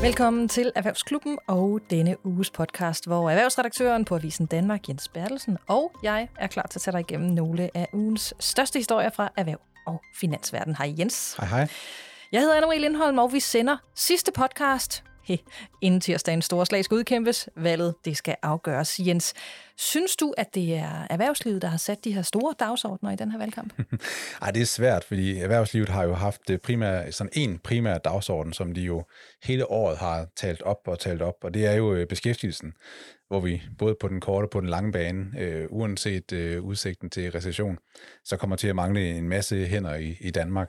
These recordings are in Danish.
Velkommen til Erhvervsklubben og denne uges podcast, hvor erhvervsredaktøren på Avisen Danmark, Jens Bertelsen, og jeg er klar til at tage dig igennem nogle af ugens største historier fra erhverv og finansverden. Hej Jens. Hej. Jeg hedder Anne-Marie Lindholm, og vi sender sidste podcast, inden tirsdagens store slag skal udkæmpes. Valget, det skal afgøres. Jens, synes du, at det er erhvervslivet, der har sat de her store dagsordner i den her valgkamp? Ej, det er svært, fordi erhvervslivet har jo haft en primær dagsorden, som de jo hele året har talt op, og det er jo beskæftigelsen, hvor vi både på den korte og på den lange bane, uanset udsigten til recession, så kommer til at mangle en masse hænder i Danmark.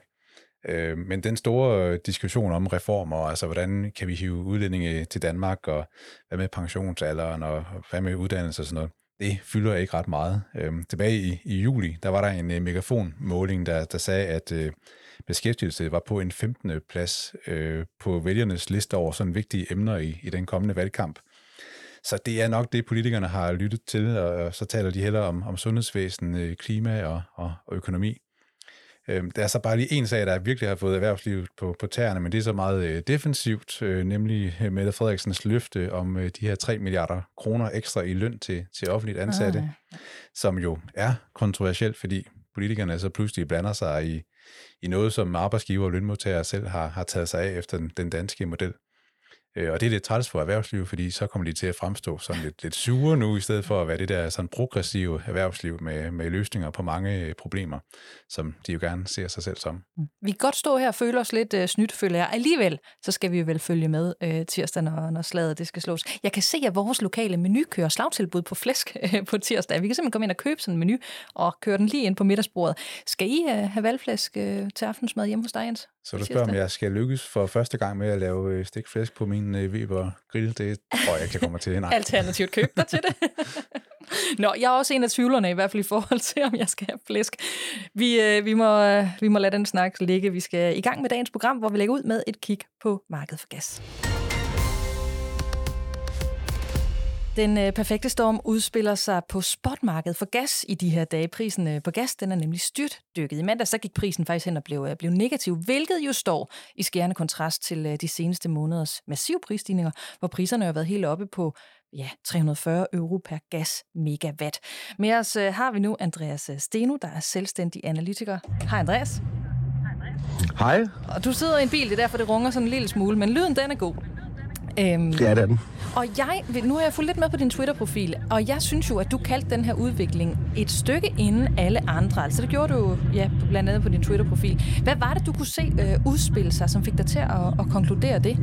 Men den store diskussion om reformer, altså hvordan kan vi hive udlændinge til Danmark, og hvad med pensionsalderen, og hvad med uddannelse og sådan noget, det fylder ikke ret meget. Tilbage i juli, der var der en megafonmåling, der sagde, at beskæftigelse var på en 15. plads på vælgernes liste over sådan vigtige emner i den kommende valgkamp. Så det er nok det, politikerne har lyttet til, og så taler de hellere om sundhedsvæsen, klima og økonomi. Der er så bare lige en sag, der virkelig har fået erhvervslivet på tæerne, men det er så meget defensivt, nemlig Mette Frederiksens løfte om de her 3 milliarder kroner ekstra i løn til offentligt ansatte, som jo er kontroversielt, fordi politikerne så pludselig blander sig i noget, som arbejdsgiver og lønmodtagere selv har taget sig af efter den danske model. Og det er lidt træls for erhvervsliv, fordi så kommer de til at fremstå sådan lidt sure nu, i stedet for at være det der sådan progressive erhvervsliv med løsninger på mange problemer, som de jo gerne ser sig selv som. Vi kan godt stå her og føle os lidt snydt, føler jeg. Alligevel, så skal vi jo vel følge med tirsdag, når slaget det skal slås. Jeg kan se, at vores lokale menu kører slagtilbud på flæsk på tirsdag. Vi kan simpelthen komme ind og købe sådan en menu og køre den lige ind på middagsbordet. Skal I have valgflæsk til aftensmad hjemme hos dig, Jens? Så du spørger, om jeg skal lykkes for første gang med at lave stegt flæsk på min Weber grill? Det tror jeg ikke, jeg kommer til. Nej. Alternativt køb dig til det. Nå, jeg er også en af tvivlerne, i hvert fald i forhold til, om jeg skal have flæsk. Vi må lade den snak ligge. Vi skal i gang med dagens program, hvor vi lægger ud med et kig på markedet for gas. Den perfekte storm udspiller sig på spotmarkedet for gas i de her dage. Prisen på gas, den er nemlig styrtdykket. I mandag så gik prisen faktisk hen og blev negativ, hvilket jo står i skærende kontrast til de seneste måneders massive prisstigninger, hvor priserne har været helt oppe på 340 euro per gas megawatt. Med os har vi nu Andreas Steno, der er selvstændig analytiker. Hej Andreas. Hej. Og du sidder i en bil, det er derfor det runger sådan en lille smule, men lyden den er god. Det er den. Og nu har jeg fulgt lidt med på din Twitter-profil, og jeg synes jo, at du kaldte den her udvikling et stykke inden alle andre. Altså det gjorde du blandt andet på din Twitter-profil. Hvad var det, du kunne se udspille sig, som fik dig til at konkludere det?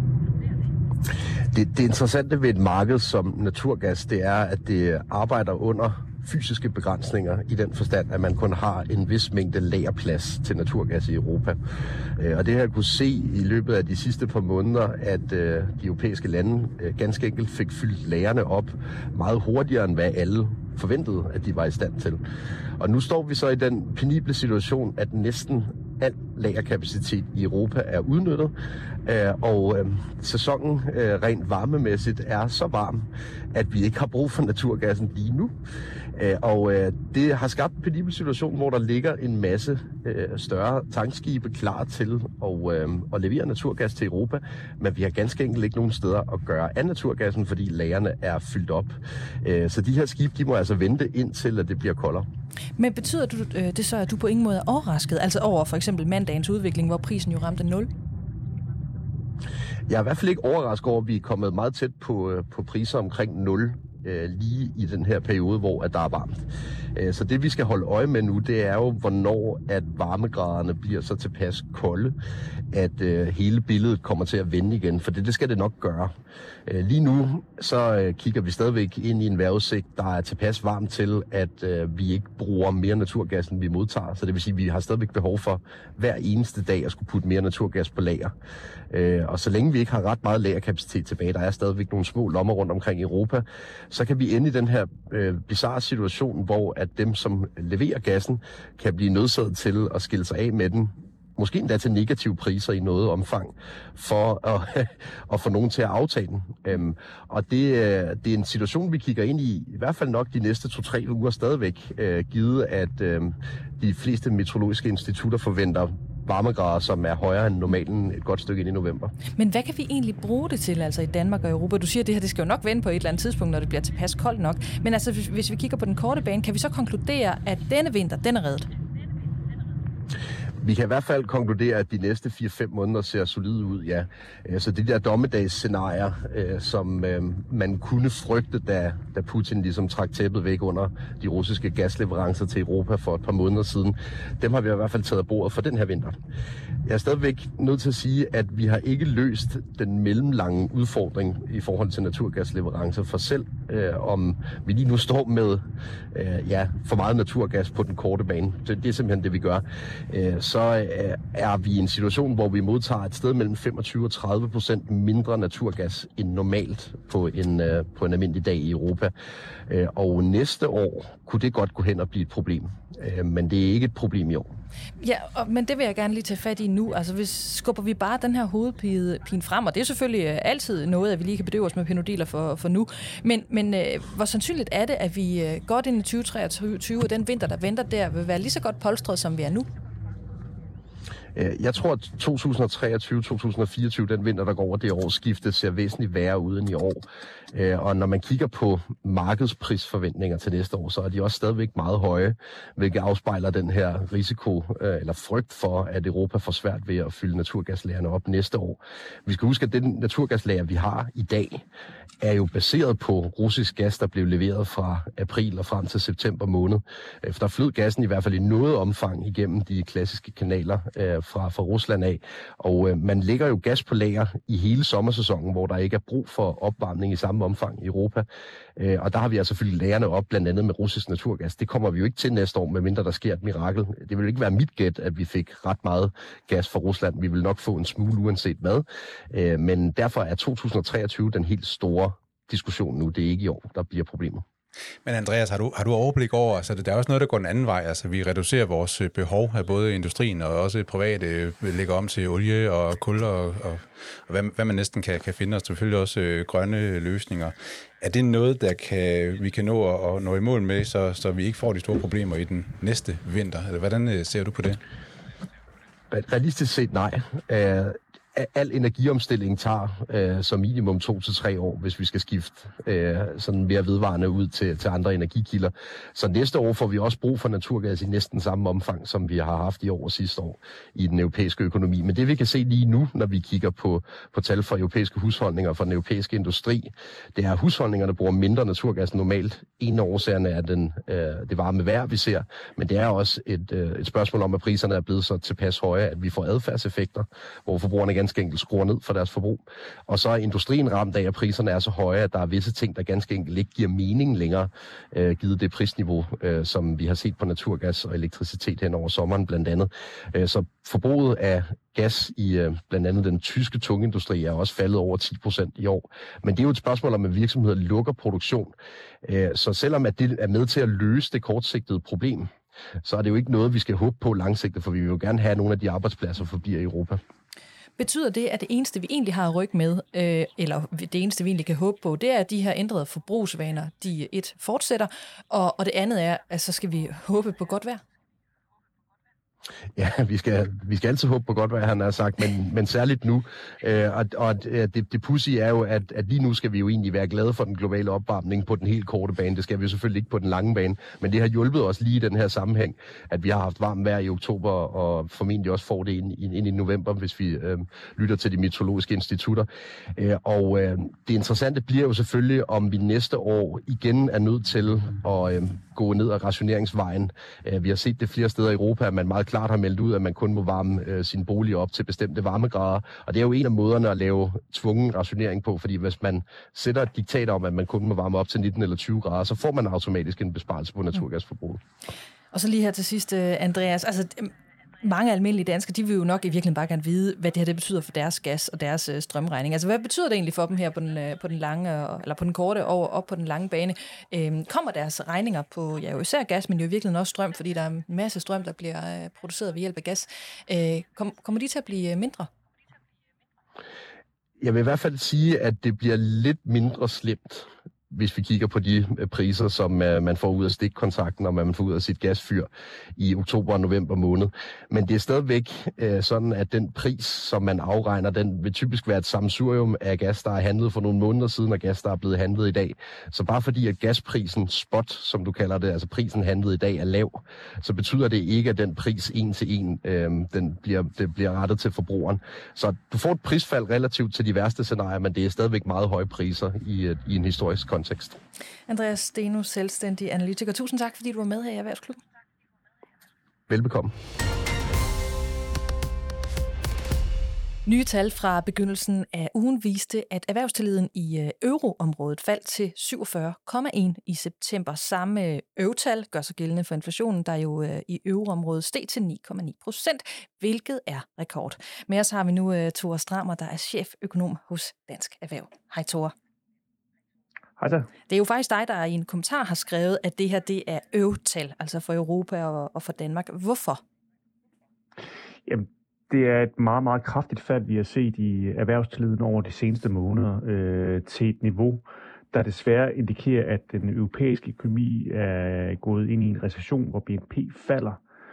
Det interessante ved et marked som naturgas, det er, at det arbejder under fysiske begrænsninger i den forstand, at man kun har en vis mængde lagerplads til naturgas i Europa. Og det her kunne se i løbet af de sidste par måneder, at de europæiske lande ganske enkelt fik fyldt lagrene op meget hurtigere, end hvad alle forventede, at de var i stand til. Og nu står vi så i den penible situation, at næsten al lagerkapacitet i Europa er udnyttet, og sæsonen rent varmemæssigt er så varm, at vi ikke har brug for naturgassen lige nu. Og det har skabt en penibel situation, hvor der ligger en masse større tankskibe klar til at levere naturgas til Europa, men vi har ganske enkelt ikke nogen steder at gøre af naturgassen, fordi lagrene er fyldt op. Så de her skibe, de må altså vente indtil, at det bliver koldere. Men betyder det så, at du på ingen måde er overrasket, altså over for eksempel mandagens udvikling, hvor prisen jo ramte 0? Jeg er i hvert fald ikke overrasket over, at vi er kommet meget tæt på priser omkring 0 lige i den her periode, hvor der er varmt. Så det, vi skal holde øje med nu, det er jo, hvornår at varmegraderne bliver så tilpas kolde, at hele billedet kommer til at vende igen, for det skal det nok gøre. Lige nu, så kigger vi stadigvæk ind i en vejrudsigt, der er tilpas varmt til, at vi ikke bruger mere naturgas, end vi modtager. Så det vil sige, at vi har stadigvæk behov for hver eneste dag at skulle putte mere naturgas på lager. Og så længe vi ikke har ret meget lagerkapacitet tilbage, der er stadigvæk nogle små lommer rundt omkring Europa, så kan vi ende i den her bizarre situation, hvor at dem, som leverer gassen, kan blive nødsaget til at skille sig af med den, måske endda til negative priser i noget omfang, for at få nogen til at aftage den. Og det er en situation, vi kigger ind i hvert fald nok de næste 2-3 uger stadigvæk, givet at de fleste meteorologiske institutter forventer varmegrader, som er højere end normalen et godt stykke ind i november. Men hvad kan vi egentlig bruge det til, altså i Danmark og Europa? Du siger, at det her det skal jo nok vende på et eller andet tidspunkt, når det bliver tilpas koldt nok. Men altså, hvis vi kigger på den korte bane, kan vi så konkludere, at denne vinter, den er reddet? Vi kan i hvert fald konkludere, at de næste 4-5 måneder ser solide ud, ja. Så de der dommedagsscenarier, som man kunne frygte, da Putin ligesom trak tæppet væk under de russiske gasleverancer til Europa for et par måneder siden, dem har vi i hvert fald taget af bordet for den her vinter. Jeg er stadigvæk nødt til at sige, at vi har ikke løst den mellemlange udfordring i forhold til naturgasleverancer, for selv om vi lige nu står med for meget naturgas på den korte bane. Det er simpelthen det, vi gør. Så er vi i en situation, hvor vi modtager et sted mellem 25-30% mindre naturgas end normalt på en almindelig dag i Europa. Og næste år kunne det godt gå hen og blive et problem. Men det er ikke et problem i år. Ja, men det vil jeg gerne lige tage fat i nu. Altså, hvis skubber vi bare den her hovedpine frem, og det er selvfølgelig altid noget, at vi lige kan bedøve os med Panodiler for nu. Men hvor sandsynligt er det, at vi godt ind i 2023, og den vinter, der venter der, vil være lige så godt polstret, som vi er nu? Jeg tror, at 2023-2024, den vinter, der går over det årsskifte, ser væsentligt værre ud end i år. Og når man kigger på markedsprisforventninger til næste år, så er de også stadigvæk meget høje, hvilket afspejler den her risiko eller frygt for, at Europa får svært ved at fylde naturgaslagerne op næste år. Vi skal huske, at den naturgaslager, vi har i dag, er jo baseret på russisk gas, der blev leveret fra april og frem til september måned. For der flød gassen i hvert fald i noget omfang igennem de klassiske kanaler fra Rusland af. Og man lægger jo gas på lager i hele sommersæsonen, hvor der ikke er brug for opvarmning i samme omfang i Europa. Og der har vi altså fyldt lagerne op, blandt andet med russisk naturgas. Det kommer vi jo ikke til næste år, medmindre der sker et mirakel. Det vil ikke være mit gæt, at vi fik ret meget gas fra Rusland. Vi vil nok få en smule uanset hvad. Men derfor er 2023 den helt store diskussion nu. Det er ikke i år, der bliver problemer. Men Andreas, har du overblik over, altså der er også noget, der går den anden vej, altså vi reducerer vores behov af både industrien og også private lægger om til olie og kul og hvad man næsten kan finde, og selvfølgelig også grønne løsninger. Er det noget, vi kan nå i mål med, så vi ikke får de store problemer i den næste vinter? Eller hvordan ser du på det? Realistisk set nej. Al energiomstilling tager som minimum 2 til 3 år, hvis vi skal skifte sådan mere vedvarende ud til andre energikilder. Så næste år får vi også brug for naturgas i næsten samme omfang, som vi har haft i år og sidste år i den europæiske økonomi. Men det vi kan se lige nu, når vi kigger på tal fra europæiske husholdninger og fra den europæiske industri, det er, at husholdningerne bruger mindre naturgas end normalt. En af årsagerne er det varme vejr, vi ser, men det er også et spørgsmål om, at priserne er blevet så tilpas høje, at vi får adfærdseffekter, hvor forbrugerne ganske enkelt skruer ned for deres forbrug. Og så er industrien ramt af, at priserne er så høje, at der er visse ting, der ganske enkelt ikke giver mening længere, givet det prisniveau, som vi har set på naturgas og elektricitet hen over sommeren blandt andet. Så forbruget af gas i blandt andet den tyske tungindustri er også faldet over 10% i år. Men det er jo et spørgsmål om, at virksomheder lukker produktion. Så selvom at det er med til at løse det kortsigtede problem, så er det jo ikke noget, vi skal håbe på langsigtet, for vi vil jo gerne have nogle af de arbejdspladser forbliver i Europa. Betyder det, at det eneste, vi egentlig har at rykke med, eller det eneste, vi egentlig kan håbe på, det er, at de her ændrede forbrugsvaner, de fortsætter, og det andet er, at så skal vi håbe på godt vejr? Ja, vi skal altid håbe på godt vejr, han har sagt, men særligt nu. Det pudsige er jo, at lige nu skal vi jo egentlig være glade for den globale opvarmning på den helt korte bane. Det skal vi jo selvfølgelig ikke på den lange bane, men det har hjulpet os lige i den her sammenhæng, at vi har haft varmt vejr i oktober, og formentlig også får det ind i november, hvis vi lytter til de meteorologiske institutter. Det interessante bliver jo selvfølgelig, om vi næste år igen er nødt til at gå ned ad rationeringsvejen. Vi har set det flere steder i Europa, at man meget klart har meldt ud, at man kun må varme sin bolig op til bestemte varmegrader. Og det er jo en af måderne at lave tvungen rationering på, fordi hvis man sætter et diktat om, at man kun må varme op til 19 eller 20 grader, så får man automatisk en besparelse på naturgasforbruget. Og så lige her til sidst, Andreas, altså mange almindelige danskere, de vil jo nok i virkeligheden bare gerne vide, hvad det her det betyder for deres gas og deres strømregning. Altså, hvad betyder det egentlig for dem her på den lange, eller på den korte og op på den lange bane? Kommer deres regninger på, jo især gas, men jo i virkeligheden også strøm, fordi der er en masse strøm, der bliver produceret ved hjælp af gas. Kommer de til at blive mindre? Jeg vil i hvert fald sige, at det bliver lidt mindre slemt hvis vi kigger på de priser, som man får ud af stikkontrakten, og man får ud af sit gasfyr i oktober og november måned. Men det er stadigvæk sådan, at den pris, som man afregner, den vil typisk være et sammensurium af gas, der er handlet for nogle måneder siden, og gas, der er blevet handlet i dag. Så bare fordi at gasprisen spot, som du kalder det, altså prisen handlet i dag, er lav, så betyder det ikke, at den pris en til en, det bliver rettet til forbrugeren. Så du får et prisfald relativt til de værste scenarier, men det er stadigvæk meget høje priser i en historisk kontekst. Andreas Steno, selvstændig analytiker. Tusind tak, fordi du var med her i Erhvervsklubben. Velbekomme. Nye tal fra begyndelsen af ugen viste, at erhvervstilliden i euroområdet faldt til 47,1 i september. Samme øvtal gør sig gældende for inflationen, der jo i euroområdet steg til 9,9%, hvilket er rekord. Med os har vi nu Tore Strammer, der er cheføkonom hos Dansk Erhverv. Hej Tore. Hej så. Det er jo faktisk dig, der i en kommentar har skrevet, at det her det er øvtal, altså for Europa og for Danmark. Hvorfor? Jamen, det er et meget, meget kraftigt fald, vi har set i erhvervstilliden over de seneste måneder til et niveau, der desværre indikerer, at den europæiske økonomi er gået ind i en recession, hvor BNP falder,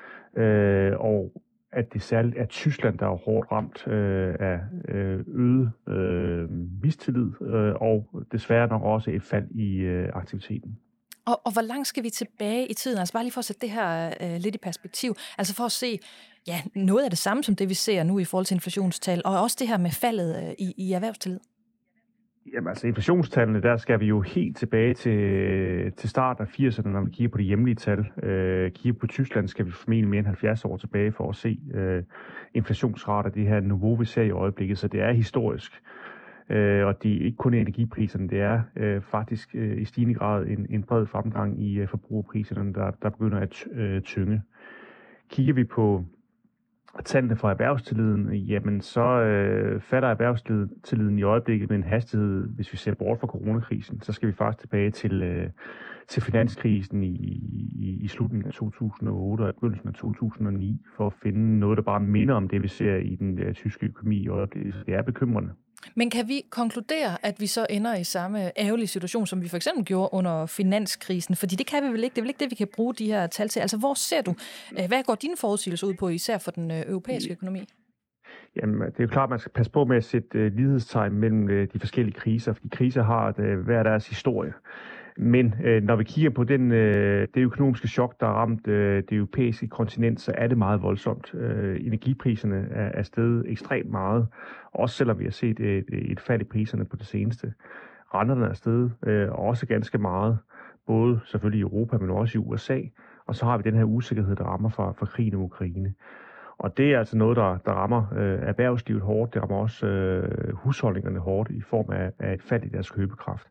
og at det særligt er Tyskland, der er hårdt ramt af øget mistillid, og desværre nok også et fald i aktiviteten. Og hvor langt skal vi tilbage i tiden? Altså bare lige for at sætte det her lidt i perspektiv. Altså for at se noget af det samme som det, vi ser nu i forhold til inflationstal, og også det her med faldet i erhvervstillid. Jamen altså inflationstallene, der skal vi jo helt tilbage til starten af 80'erne, når vi kigger på de hjemlige tal. Kigger på Tyskland, skal vi formentlig mere end 70 år tilbage for at se inflationsrater, det her niveau, vi ser i øjeblikket. Så det er historisk. Og det er ikke kun energipriserne, det er faktisk i stigende grad en bred fremgang i forbrugerpriserne, der begynder at tynge. Kigger vi på tallene fra erhvervstilliden, jamen så falder erhvervstilliden i øjeblikket med en hastighed, hvis vi ser bort fra coronakrisen, så skal vi faktisk tilbage til finanskrisen i slutningen af 2008 og begyndelsen af 2009, for at finde noget, der bare minder om det, vi ser i den tyske økonomi i øjeblikket. Det er bekymrende. Men kan vi konkludere, at vi så ender i samme ærgerlige situation, som vi for eksempel gjorde under finanskrisen? Fordi det kan vi vel ikke. Det er vel ikke det, vi kan bruge de her tal til. Altså, hvor ser du? Hvad går dine forudsigelser ud på, især for den europæiske økonomi? Jamen, det er jo klart, at man skal passe på med at sætte lighedstegn mellem de forskellige kriser, fordi kriser har hver deres historie. Men når vi kigger på det økonomiske chok, der har ramt det europæiske kontinent, så er det meget voldsomt. Energipriserne er steget ekstremt meget, også selvom vi har set et fald i priserne på det seneste. Renterne er steget også ganske meget, både selvfølgelig i Europa, men også i USA. Og så har vi den her usikkerhed, der rammer fra krigen i Ukraine. Og det er altså noget, der rammer erhvervslivet hårdt. Det rammer også husholdningerne hårdt i form af et fald i deres købekraft.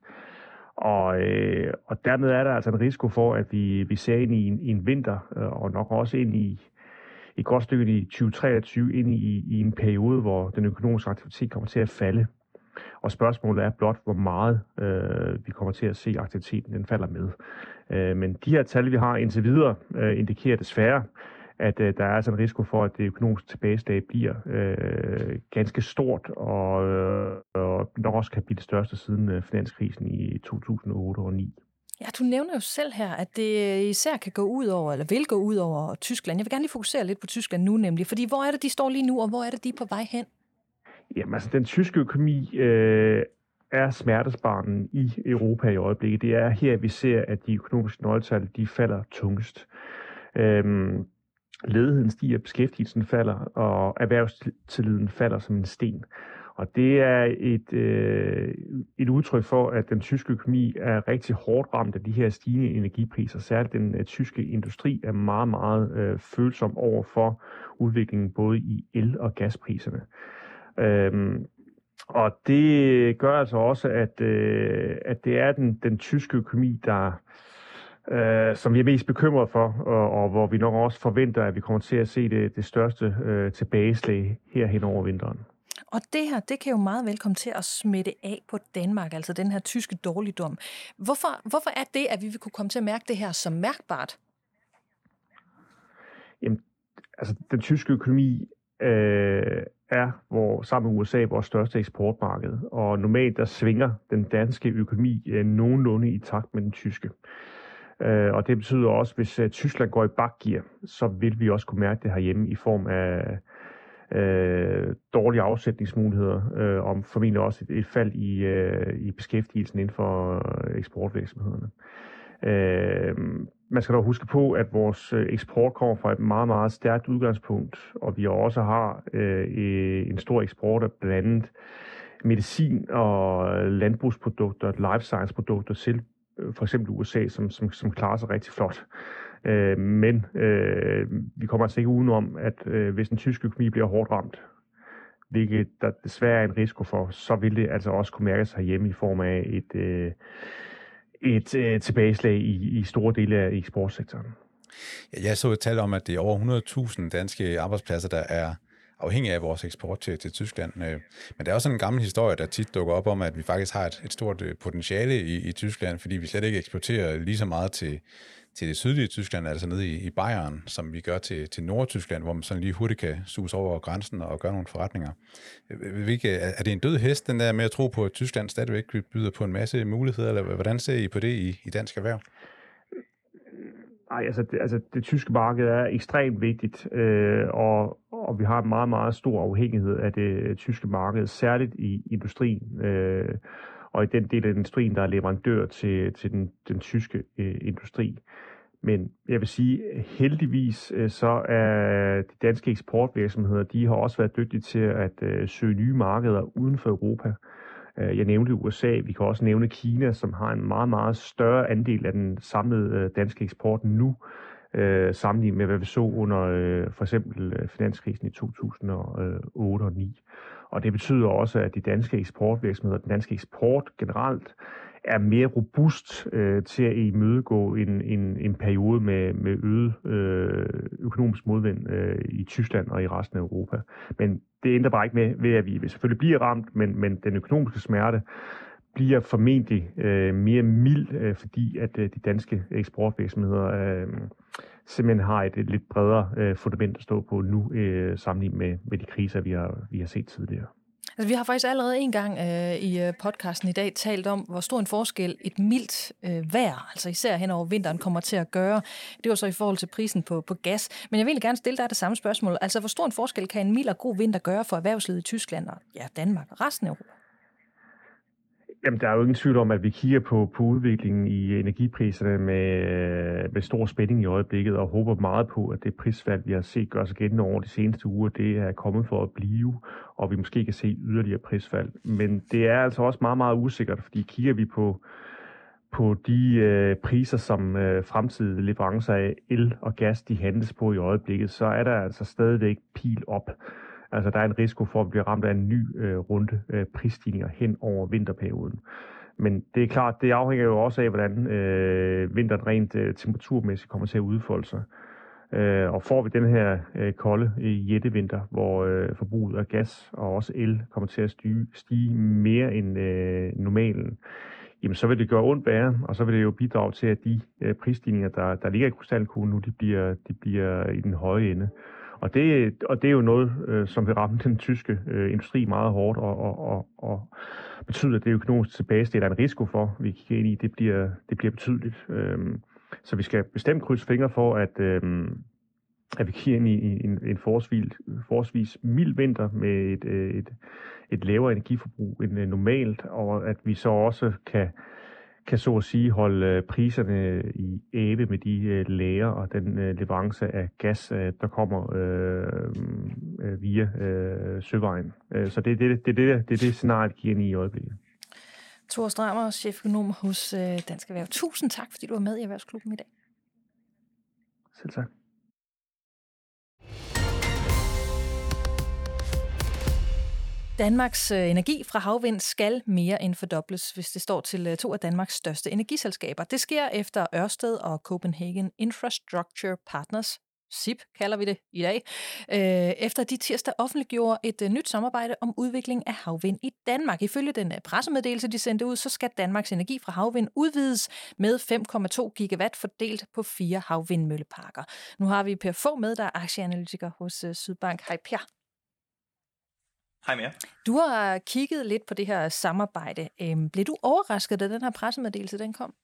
Og dermed er der altså en risiko for, at vi ser ind i en vinter, og nok også ind i et godt stykke i 2023, ind i en periode, hvor den økonomiske aktivitet kommer til at falde. Og spørgsmålet er blot, hvor meget vi kommer til at se aktiviteten, den falder med. Men de her tal, vi har indtil videre, indikerer desværre, at der er altså en risiko for, at det økonomiske tilbageslag bliver ganske stort, og nok også kan blive det største siden finanskrisen i 2008 og 2009. Ja, du nævner jo selv her, at det især kan gå ud over, eller vil gå ud over Tyskland. Jeg vil gerne lige fokusere lidt på Tyskland nu nemlig, fordi hvor er det, de står lige nu, og hvor er det, de er på vej hen? Jamen altså, den tyske økonomi er smertesbarnen i Europa i øjeblikket. Det er her, vi ser, at de økonomiske nøgletal, de falder tungest. Ledigheden stiger, beskæftigelsen falder, og erhvervstilliden falder som en sten. Og det er et udtryk for, at den tyske økonomi er rigtig hårdt ramt af de her stigende energipriser. Særligt den tyske industri er meget, meget følsom over for udviklingen både i el- og gaspriserne. Og det gør altså også, at det er den tyske økonomi, som vi er mest bekymret for, og hvor vi nok også forventer, at vi kommer til at se det største tilbageslag her hen over vinteren. Og det her, det kan jo meget vel komme til at smitte af på Danmark, altså den her tyske dårligdom. Hvorfor er det, at vi vil kunne komme til at mærke det her som mærkbart? Jamen, altså den tyske økonomi er sammen med USA vores største eksportmarked, og normalt der svinger den danske økonomi nogenlunde i takt med den tyske. Og det betyder også, hvis Tyskland går i bakgear, så vil vi også kunne mærke det herhjemme i form af dårlige afsætningsmuligheder, om formentlig også et fald i beskæftigelsen inden for eksportvirksomhederne. Man skal dog huske på, at vores eksport kommer fra et meget, meget stærkt udgangspunkt, og vi også har en stor eksport af blandt andet medicin og landbrugsprodukter, life science produkter til for eksempel USA, som klarer sig rigtig flot. Men vi kommer altså ikke udenom, at hvis den tyske økonomi bliver hårdt ramt, hvilket der desværre er en risiko for, så vil det altså også kunne mærkes herhjemme i form af et tilbageslag i store dele af eksportsektoren. Jeg så et tal om, at det er over 100.000 danske arbejdspladser, der er afhængige af vores eksport til Tyskland. Men der er også en gammel historie, der tit dukker op om, at vi faktisk har et stort potentiale i Tyskland, fordi vi slet ikke eksporterer lige så meget til det sydlige Tyskland, altså nede i Bayern, som vi gør til Nordtyskland, hvor man sådan lige hurtigt kan suse over grænsen og gøre nogle forretninger. Er det en død hest, den der med at tro på, at Tyskland stadigvæk byder på en masse muligheder, eller hvordan ser I på det i dansk erhverv? Nej, altså det tyske marked er ekstremt vigtigt, og vi har en meget, meget stor afhængighed af det tyske marked, særligt i industrien, og i den del af industrien, der er leverandør til den tyske industri. Men jeg vil sige, heldigvis så er de danske eksportvirksomheder, de har også været dygtige til at søge nye markeder uden for Europa. Jeg nævnte USA, vi kan også nævne Kina, som har en meget, meget større andel af den samlede danske eksport nu, sammenlignet med, hvad vi så under for eksempel finanskrisen i 2008 og 2009. Og det betyder også, at de danske eksportvirksomheder, den danske eksport generelt, er mere robust til at imødegå en periode med øget økonomisk modvind i Tyskland og i resten af Europa. Men det ændrer bare ikke ved, at vi selvfølgelig bliver ramt, men den økonomiske smerte bliver formentlig mere mild, fordi at de danske eksportvirksomheder simpelthen har et lidt bredere fundament at stå på nu, sammenlignet med de kriser, vi har set tidligere. Altså, vi har faktisk allerede en gang i podcasten i dag talt om, hvor stor en forskel et mildt vejr, altså især hen over vinteren, kommer til at gøre. Det var så i forhold til prisen på gas. Men jeg vil gerne stille dig det samme spørgsmål. Altså, hvor stor en forskel kan en mild og god vinter gøre for erhvervslivet i Tyskland og Danmark og resten af Europa? Jamen, der er jo ingen tvivl om, at vi kigger på udviklingen i energipriserne med stor spænding i øjeblikket, og håber meget på, at det prisfald, vi har set gøre sig gældende over de seneste uger, det er kommet for at blive, og vi måske kan se yderligere prisfald. Men det er altså også meget, meget usikkert, fordi kigger vi på de priser, som fremtidige leverancer af el og gas, de handles på i øjeblikket, så er der altså stadigvæk pil op. Altså, der er en risiko for at blive ramt af en ny runde prisstigninger hen over vinterperioden. Men det er klart, det afhænger jo også af, hvordan vinteren rent temperaturmæssigt kommer til at udfolde sig. Og får vi den her kolde jættevinter, hvor forbruget af gas og også el kommer til at stige mere end normalen, jamen så vil det gøre ondt værre, og så vil det jo bidrage til, at de prisstigninger, der ligger i krystalkuglen nu, de bliver i den høje ende. Og det er jo noget, som vil ramme den tyske industri meget hårdt, og betyder, at det økonomiske tilbageslag, der er en risiko for, vi kigger ind i, det bliver betydeligt. Så vi skal bestemt krydse fingre for, at vi kigger ind i en forholdsvis mild vinter med et lavere energiforbrug end normalt, og at vi så også kan så at sige holde priserne i ave med de lager og den leverance af gas, der kommer via søvejen. Så det er det scenarie, vi kigger ind i øjeblikket. Thor Stræmer, cheføkonom hos Dansk Erhverv. Tusind tak, fordi du var med i Erhvervsklubben i dag. Selv tak. Danmarks energi fra havvind skal mere end fordobles, hvis det står til to af Danmarks største energiselskaber. Det sker efter Ørsted og Copenhagen Infrastructure Partners, SIP kalder vi det i dag, efter de tirsdag offentliggjorde et nyt samarbejde om udvikling af havvind i Danmark. Ifølge den pressemeddelelse, de sendte ud, så skal Danmarks energi fra havvind udvides med 5,2 gigawatt fordelt på 4 havvindmølleparker. Nu har vi Per Fogh med, der er aktieanalytiker hos Sydbank. Hej Per. Hej med jer. Du har kigget lidt på det her samarbejde. Blev du overrasket, da den her pressemeddelelse den kom?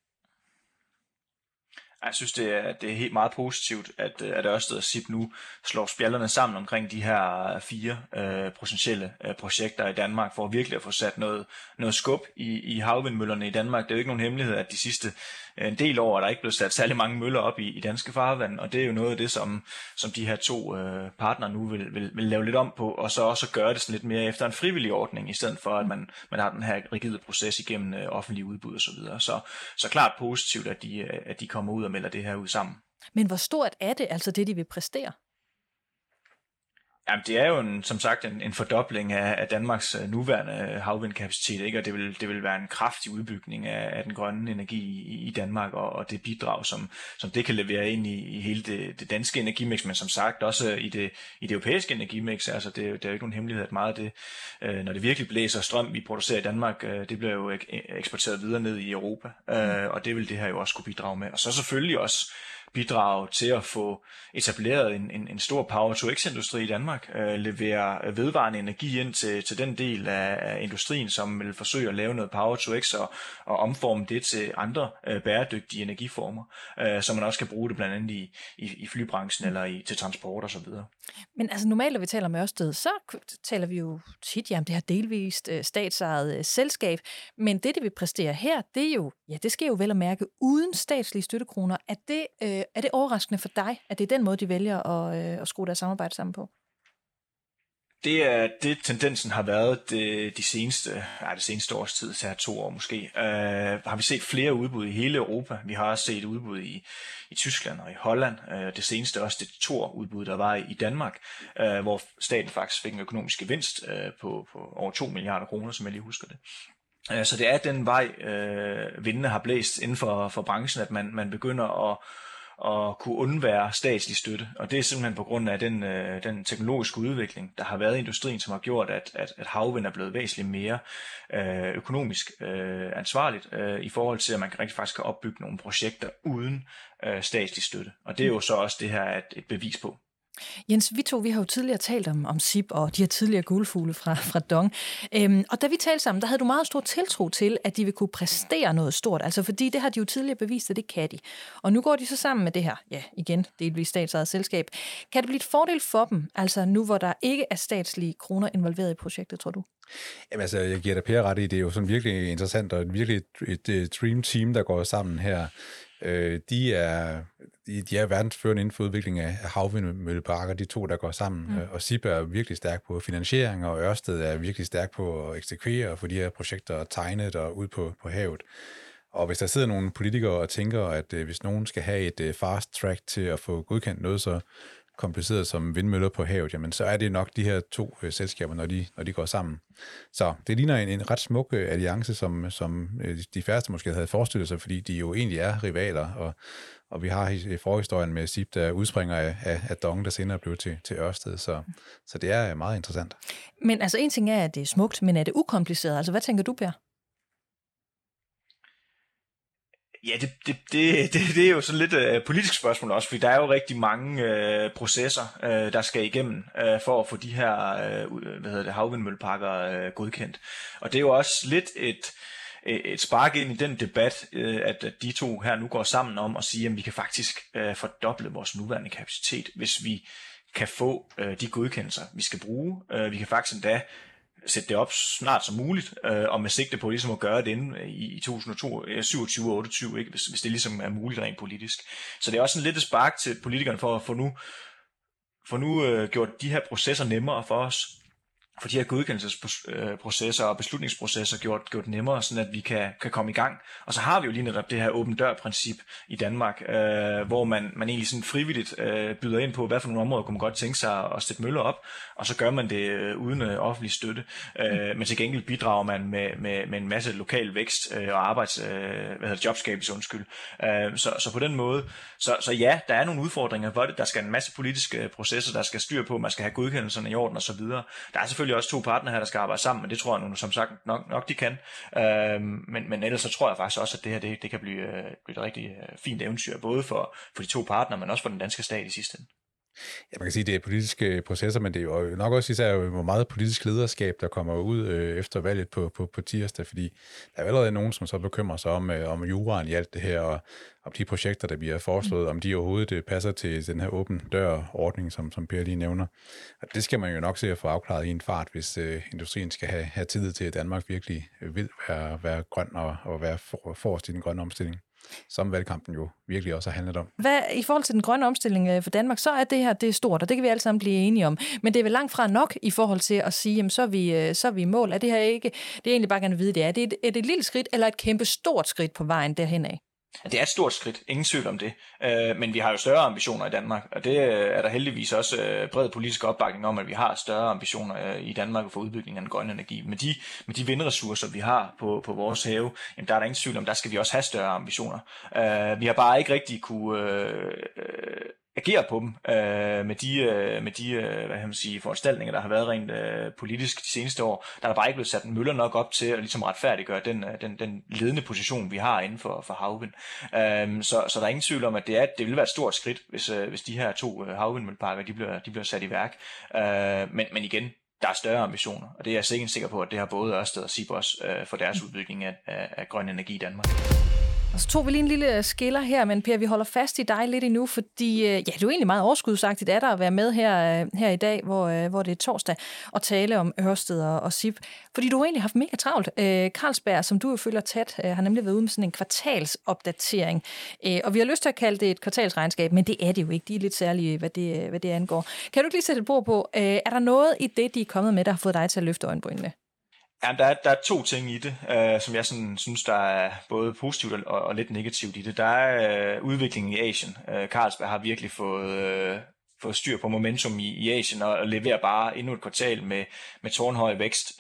Jeg synes, det er helt meget positivt, at Ørsted og SIP nu slår spjalderne sammen omkring de her 4 potentielle projekter i Danmark, for virkelig at få sat noget skub i havvindmøllerne i Danmark. Det er jo ikke nogen hemmelighed, at de sidste en del år er der ikke blevet sat særlig mange møller op i danske farvand, og det er jo noget af det, som de her 2 partnere nu vil lave lidt om på, og så også gøre det sådan lidt mere efter en frivillig ordning, i stedet for at man har den her rigide proces igennem offentlige udbud og så videre. Så klart positivt, at de kommer ud og melder det her ud sammen. Men hvor stort er det, altså det, de vil præstere? Jamen, det er jo som sagt en fordobling af Danmarks nuværende havvindkapacitet, ikke? Og det vil være en kraftig udbygning af den grønne energi i Danmark, og det bidrag, som det kan levere ind i hele det danske energimix, men som sagt også i det europæiske energimix. Altså, det er jo ikke nogen hemmelighed, at meget af det, når det virkelig blæser strøm, vi producerer i Danmark, det bliver jo eksporteret videre ned i Europa, og det vil det her jo også kunne bidrage med. Og så selvfølgelig også bidrage til at få etableret en stor Power-to-X-industri i Danmark, levere vedvarende energi ind til den del af industrien, som vil forsøge at lave noget Power-to-X og omforme det til andre bæredygtige energiformer, så man også kan bruge det blandt andet i flybranchen eller til transport og så videre. Men altså normalt, når vi taler om Ørsted, så taler vi jo tit om det her delvist statsejet selskab, men det vil præstere her, det sker jo vel at mærke uden statslige støttekroner. Er det overraskende for dig, at det er den måde, de vælger at skrue deres samarbejde sammen på? Det er det, tendensen har været det seneste års tid, så her 2 år måske. Har vi set flere udbud i hele Europa. Vi har også set udbud i Tyskland og i Holland. Det seneste også det Thor-udbud, der var i Danmark, hvor staten faktisk fik en økonomisk gevinst på over 2 milliarder kroner, som jeg lige husker det. Så det er den vej, vindene har blæst inden for branchen, at man begynder at kunne undvære statslig støtte. Og det er simpelthen på grund af den teknologiske udvikling, der har været i industrien, som har gjort, at havvind er blevet væsentligt mere økonomisk ansvarligt i forhold til, at man rigtig faktisk kan opbygge nogle projekter uden statslig støtte. Og det er jo så også det her et bevis på. Jens, vi har jo tidligere talt om SIP og de her tidligere guldfugle fra DONG. Og da vi talte sammen, der havde du meget stor tiltro til, at de vil kunne præstere noget stort. Altså fordi det har de jo tidligere bevist, at det kan de. Og nu går de så sammen med det her, igen, delvis statsejet selskab. Kan det blive et fordel for dem, altså nu hvor der ikke er statslige kroner involveret i projektet, tror du? Jamen altså, jeg giver dig Per ret i, det er jo sådan virkelig interessant, og virkelig et dream team, der går sammen her. De er verdensførende inden for udvikling af havvindmølleparker, de 2, der går sammen. Og SIP er virkelig stærk på finansiering, og Ørsted er virkelig stærk på at eksekvere og få de her projekter tegnet og ud på havet. Og hvis der sidder nogle politikere og tænker, at hvis nogen skal have et fast track til at få godkendt noget så kompliceret som vindmøller på havet, jamen så er det nok de her 2 selskaber, når de går sammen. Så det ligner en ret smuk alliance, som de færreste måske havde forestillet sig, fordi de jo egentlig er rivaler, og vi har forhistorien med SIP, der udspringer af DONG, der senere blev til Ørsted, så det er meget interessant. Men altså en ting er, at det er smukt, men er det ukompliceret? Altså hvad tænker du, Per? Ja, det er jo sådan lidt politisk spørgsmål også, fordi der er jo rigtig mange processer, der skal igennem for at få de her havvindmølleparker godkendt. Og det er jo også lidt et spark ind i den debat, at de 2 her nu går sammen om at sige, at vi kan faktisk fordoble vores nuværende kapacitet, hvis vi kan få de godkendelser, vi skal bruge. Vi kan faktisk endda sætte det op snart som muligt, og med sigte på ligesom at gøre det inden i 2027 og 28, ikke? Hvis det ligesom er muligt rent politisk. Så det er også en lidt et spark til politikerne for at få nu gjort de her processer nemmere for os, for de her godkendelsesprocesser og beslutningsprocesser gjort nemmere, sådan at vi kan komme i gang. Og så har vi jo lige netop det her åben dør-princip i Danmark, hvor man egentlig sådan frivilligt byder ind på, hvad for nogle områder kunne man godt tænke sig at sætte møller op, og så gør man det uden offentlig støtte. Men til gengæld bidrager man med en masse lokal vækst og jobskabelse, undskyld. Så på den måde, så ja, der er nogle udfordringer for det. Der skal en masse politiske processer, der skal styr på, man skal have godkendelserne i orden og så videre. Der er selvfølgelig også 2 partnere her, der skal arbejde sammen, men det tror jeg nu, som sagt, nok de kan. Men ellers så tror jeg faktisk også, at det her det kan blive et rigtig fint eventyr, både for de 2 partnere, men også for den danske stat i sidste ende. Ja, man kan sige, at det er politiske processer, men det er jo nok også især hvor meget politisk lederskab, der kommer ud efter valget på tirsdag, fordi der er allerede nogen, som så bekymrer sig om juraen i alt det her, og om de projekter, der bliver foreslået, om de overhovedet passer til den her åben dør-ordning, som Per lige nævner. Og det skal man jo nok se at få afklaret i en fart, hvis industrien skal have tillid til, at Danmark virkelig vil være grøn og være forrest i den grønne omstilling, som valgkampen jo virkelig også har handlet om. I forhold til den grønne omstilling for Danmark, så er det her, det er stort, og det kan vi alle sammen blive enige om. Men det er vel langt fra nok i forhold til at sige, jamen, så er vi i mål. Er det her ikke, det er egentlig bare gerne at vide, det er. Er det et lille skridt, eller et kæmpe stort skridt på vejen derhen af? Det er et stort skridt, ingen tvivl om det, men vi har jo større ambitioner i Danmark, og det er der heldigvis også bred politisk opbakning om, at vi har større ambitioner i Danmark for udbygning af den grønne energi. Med de vindressourcer, vi har på vores have, jamen der er der ingen tvivl om, der skal vi også have større ambitioner. Vi har bare ikke rigtig kunne agere på dem med de hvad kan man sige, foranstaltninger, der har været rent politisk de seneste år. Der er bare ikke blevet sat en møller nok op til at ligesom retfærdiggøre den ledende position, vi har inden for havvind. Så der er ingen tvivl om, at det vil være et stort skridt, hvis de her 2 havvindmølleparker de bliver sat i værk. Men igen, der er større ambitioner, og det er jeg sikker på, at det har både Ørsted og Sibos for deres udbygning af grøn energi i Danmark. Og så tog vi lige en lille skiller her, men Per, vi holder fast i dig lidt endnu, fordi det er jo egentlig meget overskudsagtigt af dig at være med her i dag, hvor det er torsdag, og tale om Ørsted og Sib. Fordi du har egentlig haft mega travlt. Carlsberg, som du jo følger tæt, har nemlig været ude med sådan en kvartalsopdatering. Og vi har lyst til at kalde det et kvartalsregnskab, men det er det jo ikke. De er lidt særlige, hvad det angår. Kan du ikke lige sætte et bord på, er der noget i det, de er kommet med, der har fået dig til at løfte øjenbrynene? Ja, der er 2 ting i det, som jeg synes, der er både positivt og lidt negativt i det. Der er udviklingen i Asien. Carlsberg har virkelig fået styr på momentum i Asien og leverer bare endnu et kvartal med tårnhøj vækst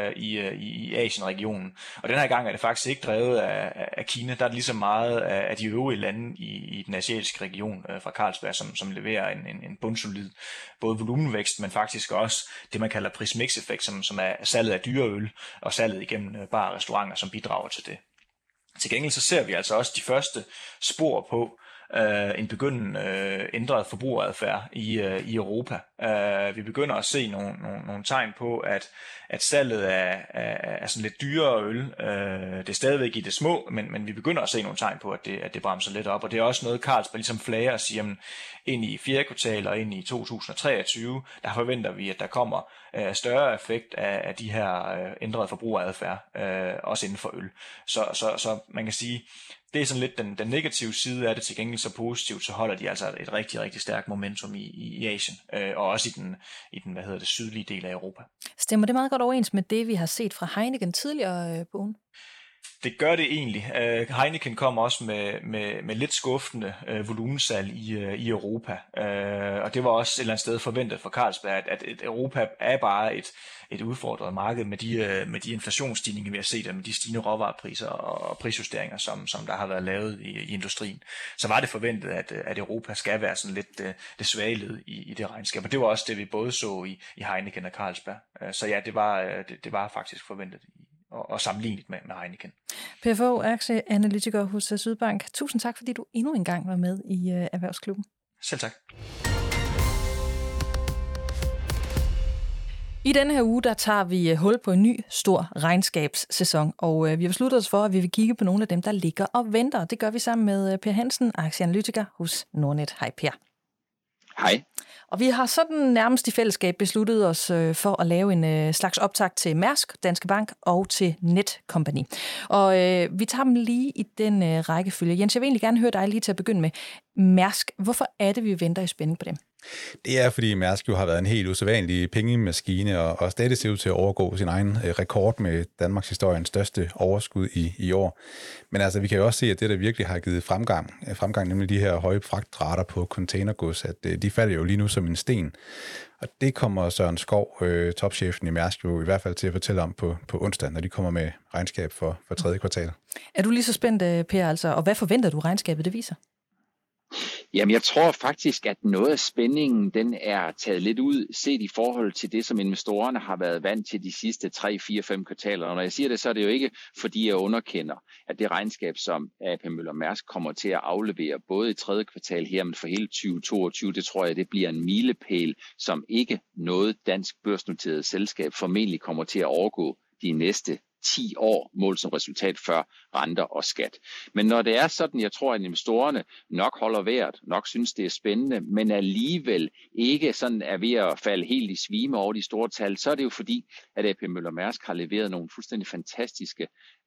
i Asien-regionen. Og den her gang er det faktisk ikke drevet af Kina. Der er det lige så meget af de øvrige lande i den asiatiske region fra Carlsberg, som leverer en bundsolid både volumenvækst, men faktisk også det, man kalder pris-mix-effekt, som er salget af dyreøl og salget igennem bar og restauranter, som bidrager til det. Til gengæld så ser vi altså også de første spor på en begyndende ændret forbrugeradfærd i Europa. Vi begynder at se nogle tegn på, at salget af sådan lidt dyrere øl, det er stadigvæk i det små, men vi begynder at se nogle tegn på, at det bremser lidt op. Og det er også noget, Carlsberg ligesom flager og siger, at ind i 4. kvartal og ind i 2023, der forventer vi, at der kommer større effekt af de her ændrede forbrugeradfærd, også inden for øl. Så man kan sige, det er sådan lidt den negative side af det. Til gengæld så positivt, så holder de altså et rigtig, rigtig stærkt momentum i Asien, og også i den sydlige del af Europa. Stemmer det meget godt overens med det, vi har set fra Heineken tidligere på ugen? Det gør det egentlig. Heineken kom også med lidt skuffende volumensalg i Europa, og det var også et eller andet sted forventet for Carlsberg, at Europa er bare et udfordret marked med de inflationsstigninger, vi har set, og med de stigende råvarepriser og prisjusteringer, som der har været lavet i industrien. Så var det forventet, at Europa skal være sådan lidt det svage led i det regnskab, og det var også det, vi både så i Heineken og Carlsberg. Så ja, det var faktisk forventet og sammenlignet med Heineken. Per Fogh, aktieanalytiker hos Sydbank. Tusind tak, fordi du endnu en gang var med i Erhvervsklubben. Selv tak. I denne her uge, der tager vi hul på en ny, stor regnskabssæson, og vi har besluttet os for, at vi vil kigge på nogle af dem, der ligger og venter. Det gør vi sammen med Per Hansen, aktieanalytiker hos Nordnet. Hej Per. Hej. Og vi har sådan nærmest i fællesskab besluttet os for at lave en slags optakt til Mærsk, Danske Bank og til Netcompany. Og vi tager dem lige i den rækkefølge. Jens, jeg vil egentlig gerne høre dig lige til at begynde med. Mærsk, hvorfor er det, vi venter i spænding på dem? Det er, fordi Mærsk jo har været en helt usædvanlig pengemaskine, og stadig ser ud til at overgå sin egen rekord med Danmarks historiens største overskud i år. Men altså, vi kan jo også se, at det, der virkelig har givet fremgang, nemlig de her høje fragtrater på containergods, at de falder jo lige nu som en sten. Og det kommer Søren Skov, topchefen i Mærsk, jo i hvert fald til at fortælle om på onsdag, når de kommer med regnskab for 3. kvartal. Er du lige så spændt, Per, altså, og hvad forventer du regnskabet, det viser? Jamen, jeg tror faktisk, at noget af spændingen, den er taget lidt ud, set i forhold til det, som investorerne har været vant til de sidste 3, 4, 5 kvartaler. Og når jeg siger det, så er det jo ikke, fordi jeg underkender, at det regnskab, som AP Møller Mærsk kommer til at aflevere, både i 3. kvartal her, men for hele 2022, det tror jeg, det bliver en milepæl, som ikke noget dansk børsnoteret selskab formentlig kommer til at overgå de næste 10 år, mål som resultat før renter og skat. Men når det er sådan, jeg tror, at investorerne nok holder vejret, nok synes, det er spændende, men alligevel ikke sådan er ved at falde helt i svime over de store tal, så er det jo fordi, at AP Møller Mærsk har leveret nogle fuldstændig fantastiske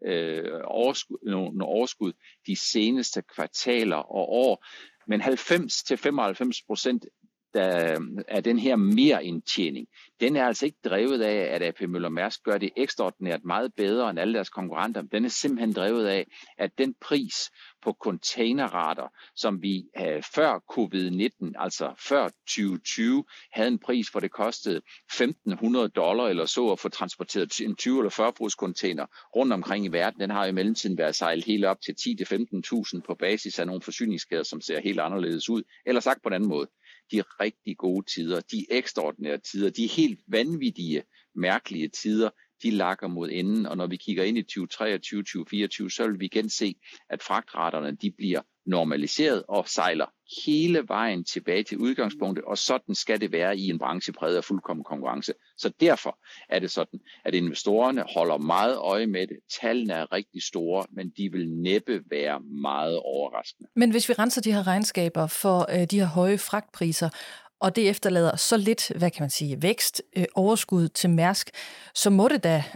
overskud de seneste kvartaler og år. Men 90-95% af den her merindtjening, den er altså ikke drevet af, at AP Møller Mærsk gør det ekstraordinært meget bedre end alle deres konkurrenter. Den er simpelthen drevet af, at den pris på containerrater, som vi før covid-19, altså før 2020, havde en pris, hvor det kostede $1,500 eller så at få transporteret en 20 eller 40 fods container rundt omkring i verden. Den har i mellemtiden været sejlet helt op til 10-15.000 på basis af nogle forsyningskæder, som ser helt anderledes ud. Eller sagt på en anden måde, de rigtig gode tider, de ekstraordinære tider, de helt vanvittige, mærkelige tider, de lakker mod enden, og når vi kigger ind i 2023, 2024, så vil vi igen se, at fragtraterne de bliver normaliseret og sejler hele vejen tilbage til udgangspunktet, og sådan skal det være i en branche præget af fuldkommen konkurrence. Så derfor er det sådan, at investorerne holder meget øje med det. Tallene er rigtig store, men de vil næppe være meget overraskende. Men hvis vi renser de her regnskaber for de her høje fragtpriser, og det efterlader så lidt, hvad kan man sige, vækst, overskud til Mærsk, så må det da...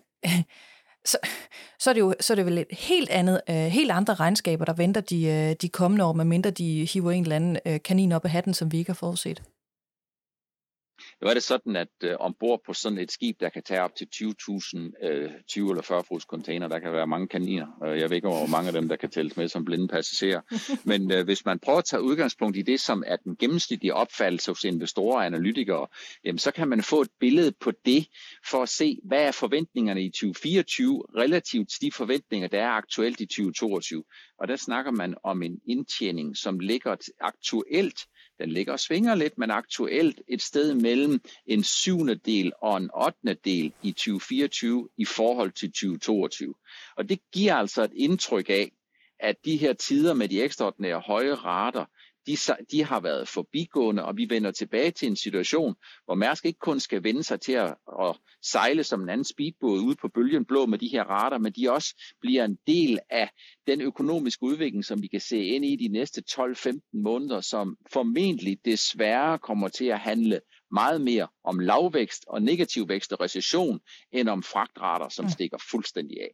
Så er det vel et helt andre regnskaber, der venter de kommende år, medmindre de hiver en eller anden kanin op af hatten, som vi ikke har forudset. Nu er det sådan, at ombord på sådan et skib, der kan tage op til 20.000 20 eller 40 fods container, der kan være mange kaniner. Jeg ved ikke, hvor mange af dem, der kan tælles med som blinde passagerer. Men hvis man prøver at tage udgangspunkt i det, som er den gennemsnitlige opfattelse hos investorer og analytikere, jamen, så kan man få et billede på det, for at se, hvad er forventningerne i 2024 relativt til de forventninger, der er aktuelt i 2022. Og der snakker man om en indtjening, som ligger aktuelt. Den ligger og svinger lidt, men aktuelt et sted mellem en 7/del og en 8/del i 2024 i forhold til 2022. Og det giver altså et indtryk af, at de her tider med de ekstraordinære høje rater, de har været forbigående, og vi vender tilbage til en situation, hvor Mærsk ikke kun skal vende sig til at sejle som en anden speedbåd ude på bølgen blå med de her rater, men de også bliver en del af den økonomiske udvikling, som vi kan se ind i de næste 12-15 måneder, som formentlig desværre kommer til at handle meget mere om lavvækst og negativ vækst og recession, end om fragtrater, som stikker fuldstændig af.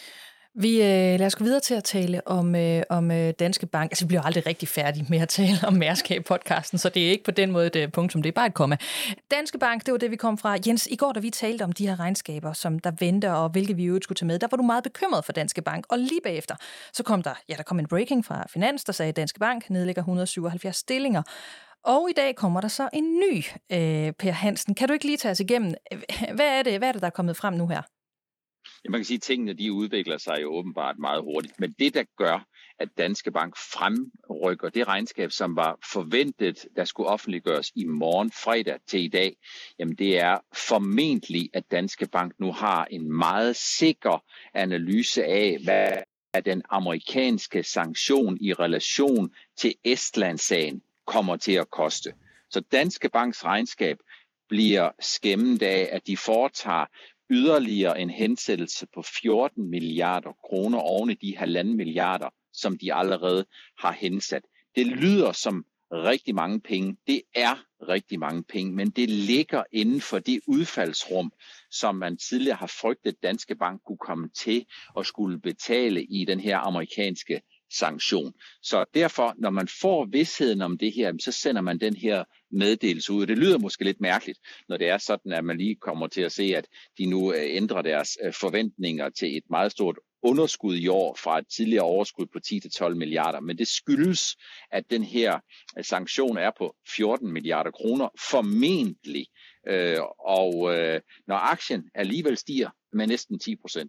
Lad os gå videre til at tale om Danske Bank. Altså, vi bliver aldrig rigtig færdige med at tale om Mærsk her i podcasten, så det er ikke på den måde et punktum, det er bare et komma. Danske Bank, det var det, vi kom fra. Jens, i går, da vi talte om de her regnskaber, som der venter, og hvilke vi jo skulle tage med, der var du meget bekymret for Danske Bank. Og lige bagefter, så kom der kom en breaking fra Finans, der sagde, at Danske Bank nedlægger 177 stillinger. Og i dag kommer der så en ny, Per Hansen. Kan du ikke lige tage os igennem? Hvad er det, der er kommet frem nu her? Ja, man kan sige, at tingene de udvikler sig jo åbenbart meget hurtigt. Men det, der gør, at Danske Bank fremrykker det regnskab, som var forventet, der skulle offentliggøres i morgen fredag til i dag, jamen det er formentlig, at Danske Bank nu har en meget sikker analyse af, hvad den amerikanske sanktion i relation til Estland-sagen kommer til at koste. Så Danske Banks regnskab bliver skæmmet af, at de foretager yderligere en hensættelse på 14 milliarder kroner oven i de 1,5 milliarder, som de allerede har hensat. Det lyder som rigtig mange penge. Det er rigtig mange penge, men det ligger inden for det udfaldsrum, som man tidligere har frygtet, Danske Bank kunne komme til at skulle betale i den her amerikanske sanktion. Så derfor, når man får vidsheden om det her, så sender man den her meddelelse ud. Det lyder måske lidt mærkeligt, når det er sådan, at man lige kommer til at se, at de nu ændrer deres forventninger til et meget stort underskud i år fra et tidligere overskud på 10-12 milliarder. Men det skyldes, at den her sanktion er på 14 milliarder kroner formentlig. Og når aktien alligevel stiger med næsten 10%,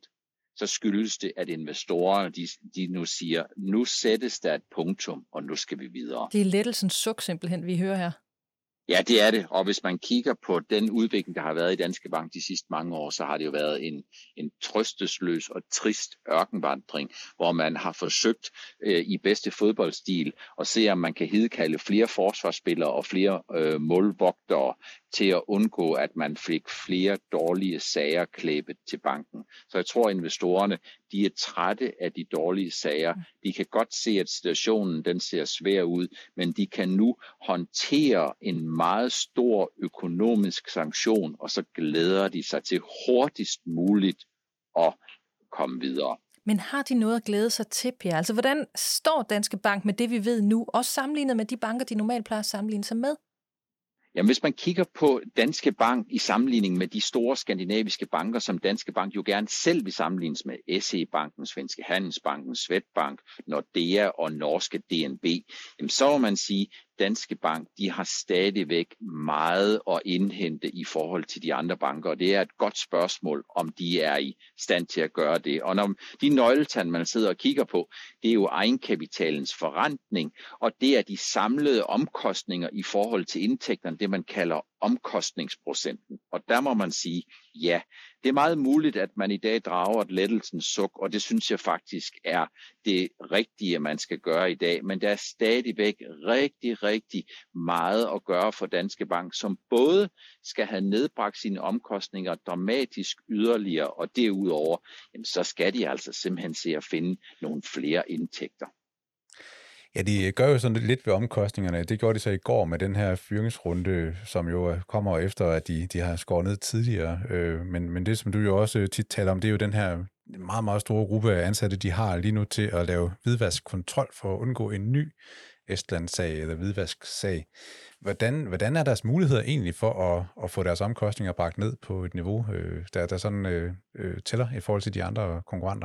så skyldes det, at investorerne de nu siger, nu sættes der et punktum, og nu skal vi videre. Det er lettelsens suk simpelthen, vi hører her. Ja, det er det. Og hvis man kigger på den udvikling, der har været i Danske Bank de sidste mange år, så har det jo været en trøstesløs og trist ørkenvandring, hvor man har forsøgt i bedste fodboldstil at se, om man kan hidkalde flere forsvarsspillere og flere målvogtere til at undgå, at man fik flere dårlige sager klæbet til banken. Så jeg tror, at investorerne de er trætte af de dårlige sager. De kan godt se, at situationen den ser svær ud, men de kan nu håndtere en meget stor økonomisk sanktion, og så glæder de sig til hurtigst muligt at komme videre. Men har de noget at glæde sig til, Per? Altså, hvordan står Danske Bank med det, vi ved nu, også sammenlignet med de banker, de normalt plejer at sammenligne sig med? Jamen, hvis man kigger på Danske Bank i sammenligning med de store skandinaviske banker, som Danske Bank jo gerne selv vil sammenlignes med, SE-banken, Svenske Handelsbanken, Swedbank, Nordea og norske DNB, jamen, så må man sige, Danske Bank, de har stadigvæk meget at indhente i forhold til de andre banker, og det er et godt spørgsmål, om de er i stand til at gøre det. Og når de nøgletal, man sidder og kigger på, det er jo egenkapitalens forrentning, og det er de samlede omkostninger i forhold til indtægterne, det man kalder omkostningsprocenten. Og der må man sige, ja, det er meget muligt, at man i dag drager et lettelsens suk, og det synes jeg faktisk er det rigtige, man skal gøre i dag. Men der er stadigvæk rigtig meget at gøre for Danske Bank, som både skal have nedbragt sine omkostninger dramatisk yderligere, og derudover, jamen, så skal de altså simpelthen se at finde nogle flere indtægter. Ja, de gør jo sådan lidt ved omkostningerne. Det gjorde de så i går med den her fyringsrunde, som jo kommer efter, at de har skåret ned tidligere. Men det, som du jo også tit taler om, det er jo den her meget, meget store gruppe af ansatte, de har lige nu til at lave hvidvaskkontrol for at undgå en ny Estland-sag eller hvidvasksag. Hvordan er deres muligheder egentlig for at få deres omkostninger bragt ned på et niveau, der sådan tæller i forhold til de andre konkurrenter?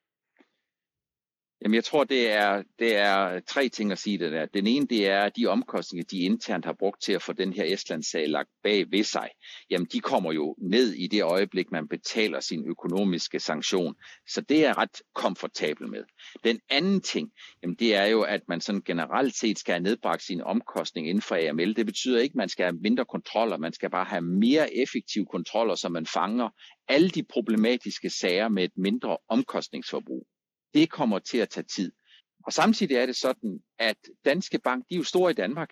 Jamen, jeg tror, det er tre ting at sige det der. Den ene, det er, at de omkostninger, de internt har brugt til at få den her Estland-sag lagt bag ved sig, jamen, de kommer jo ned i det øjeblik, man betaler sin økonomiske sanktion. Så det er jeg ret komfortabel med. Den anden ting, jamen, det er jo, at man sådan generelt set skal have nedbragt sine omkostninger inden for AML. Det betyder ikke, at man skal have mindre kontroller. Man skal bare have mere effektive kontroller, så man fanger alle de problematiske sager med et mindre omkostningsforbrug. Det kommer til at tage tid. Og samtidig er det sådan, at Danske Bank, de er jo store i Danmark,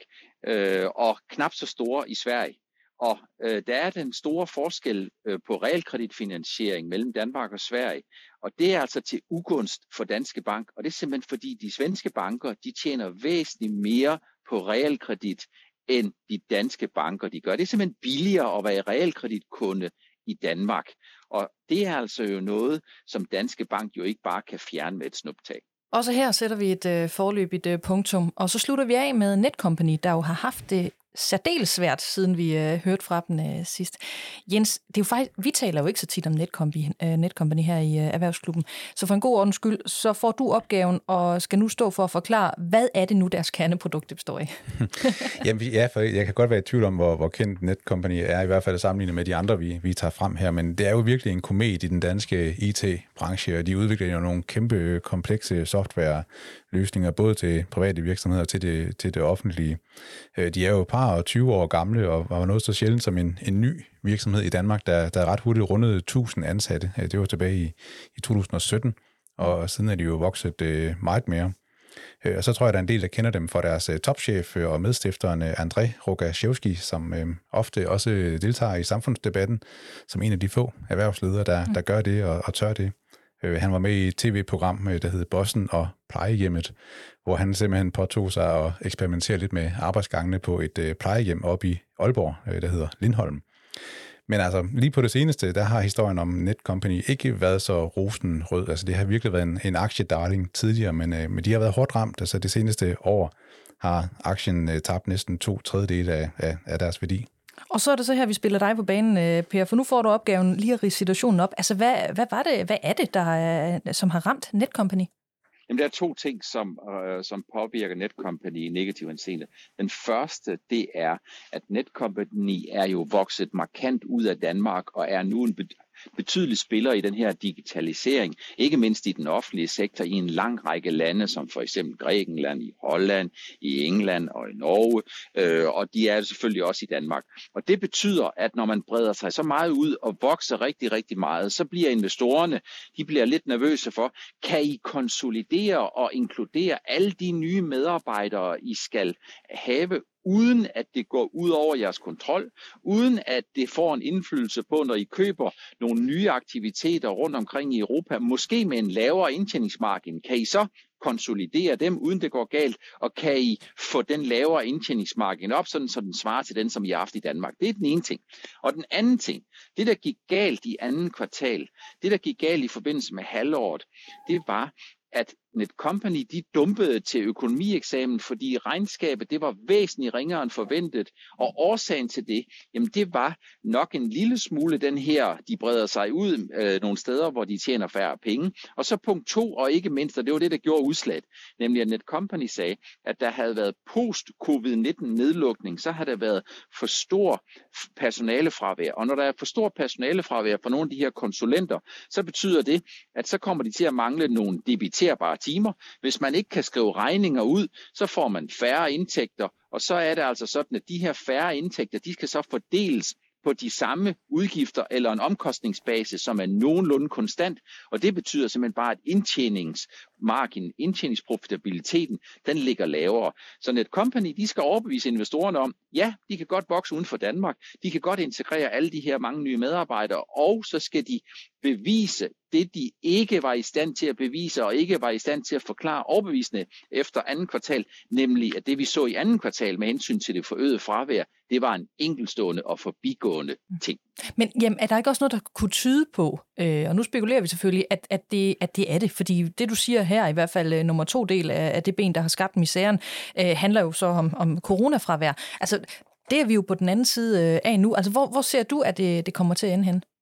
og knap så store i Sverige. Og der er den store forskel på realkreditfinansiering mellem Danmark og Sverige. Og det er altså til ugunst for Danske Bank. Og det er simpelthen fordi de svenske banker, de tjener væsentligt mere på realkredit, end de danske banker, de gør. Det er simpelthen billigere at være realkreditkunde i Danmark. Og det er altså jo noget, som Danske Bank jo ikke bare kan fjerne med et snuptag. Også her sætter vi et forløbigt punktum, og så slutter vi af med Netcompany, der jo har haft det særdeles svært, siden vi hørte fra dem sidst. Jens, det er jo faktisk, vi taler jo ikke så tit om Netcompany her i Erhvervsklubben, så for en god ordens skyld, så får du opgaven og skal nu stå for at forklare, hvad er det nu, deres kerneprodukt består i? Jamen, ja, for jeg kan godt være i tvivl om, hvor kendt Netcompany er, i hvert fald sammenlignet med de andre, vi tager frem her, men det er jo virkelig en komet i den danske IT-branche, og de udvikler jo nogle kæmpe komplekse softwareløsninger, både til private virksomheder og til det offentlige. De er jo par og 20 år gamle, og var noget så sjældent som en ny virksomhed i Danmark, der ret hurtigt rundede 1000 ansatte. Det var tilbage i 2017, og siden er de jo vokset meget mere. Og så tror jeg, der er en del, der kender dem for deres topchef og medstifteren André Rogaszewski, som ofte også deltager i samfundsdebatten, som en af de få erhvervsledere, der gør det og tør det. Han var med i et tv-program, der hed Bossen og Plejehjemmet, hvor han simpelthen påtog sig at eksperimentere lidt med arbejdsgangene på et plejehjem oppe i Aalborg, der hedder Lindholm. Men altså, lige på det seneste, der har historien om Netcompany ikke været så rosenrød. Altså, det har virkelig været en aktiedarling tidligere, men de har været hårdt ramt. Altså, det seneste år har aktien tabt næsten 2/3 af deres værdi. Og så er det så her, vi spiller dig på banen, Per, for nu får du opgaven lige at ridse situationen op. Altså, hvad er det, som har ramt Netcompany? Jamen, der er to ting, som påvirker Netcompany i negativ henseende. Den første, det er, at Netcompany er jo vokset markant ud af Danmark og er nu betydelig spiller i den her digitalisering, ikke mindst i den offentlige sektor i en lang række lande, som for eksempel Grækenland, i Holland, i England og i Norge, og de er selvfølgelig også i Danmark. Og det betyder, at når man breder sig så meget ud og vokser rigtig, rigtig meget, så bliver investorerne, de bliver lidt nervøse for, kan I konsolidere og inkludere alle de nye medarbejdere, I skal have, uden at det går ud over jeres kontrol, uden at det får en indflydelse på, når I køber nogle nye aktiviteter rundt omkring i Europa, måske med en lavere indtjeningsmargin, kan I så konsolidere dem, uden det går galt, og kan I få den lavere indtjeningsmargin op, sådan så den svarer til den, som I har haft i Danmark. Det er den ene ting. Og den anden ting, det der gik galt i anden kvartal, det der gik galt i forbindelse med halvåret, det var, at Netcompany, de dumpede til økonomieksamen, fordi regnskabet, det var væsentligt ringere end forventet, og årsagen til det, jamen det var nok en lille smule den her, de breder sig ud nogle steder, hvor de tjener færre penge, og så punkt 2, og ikke mindst, og det var det, der gjorde udslaget, nemlig at Netcompany sagde, at der havde været post-covid-19 nedlukning, så havde der været for stor personalefravær, og når der er for stor personalefravær for nogle af de her konsulenter, så betyder det, at så kommer de til at mangle nogle debiterbare timer. Hvis man ikke kan skrive regninger ud, så får man færre indtægter, og så er det altså sådan, at de her færre indtægter, de skal så fordeles på de samme udgifter eller en omkostningsbase, som er nogenlunde konstant, og det betyder simpelthen bare, at indtjeningsprofitabiliteten, den ligger lavere. Så Netcompany, de skal overbevise investorerne om, ja, de kan godt vokse uden for Danmark, de kan godt integrere alle de her mange nye medarbejdere, og så skal de bevise det, de ikke var i stand til at bevise, og ikke var i stand til at forklare overbevisende efter anden kvartal, nemlig at det, vi så i anden kvartal med hensyn til det forøgede fravær, det var en enkeltstående og forbigående ting. Men jamen, er der ikke også noget, der kunne tyde på, og nu spekulerer vi selvfølgelig, at det er det, fordi det, du siger her, i hvert fald nummer 2 del af det ben, der har skabt misæren, handler jo så om coronafravær. Altså, det er vi jo på den anden side af nu. Altså, hvor ser du, at det kommer til at ende hen?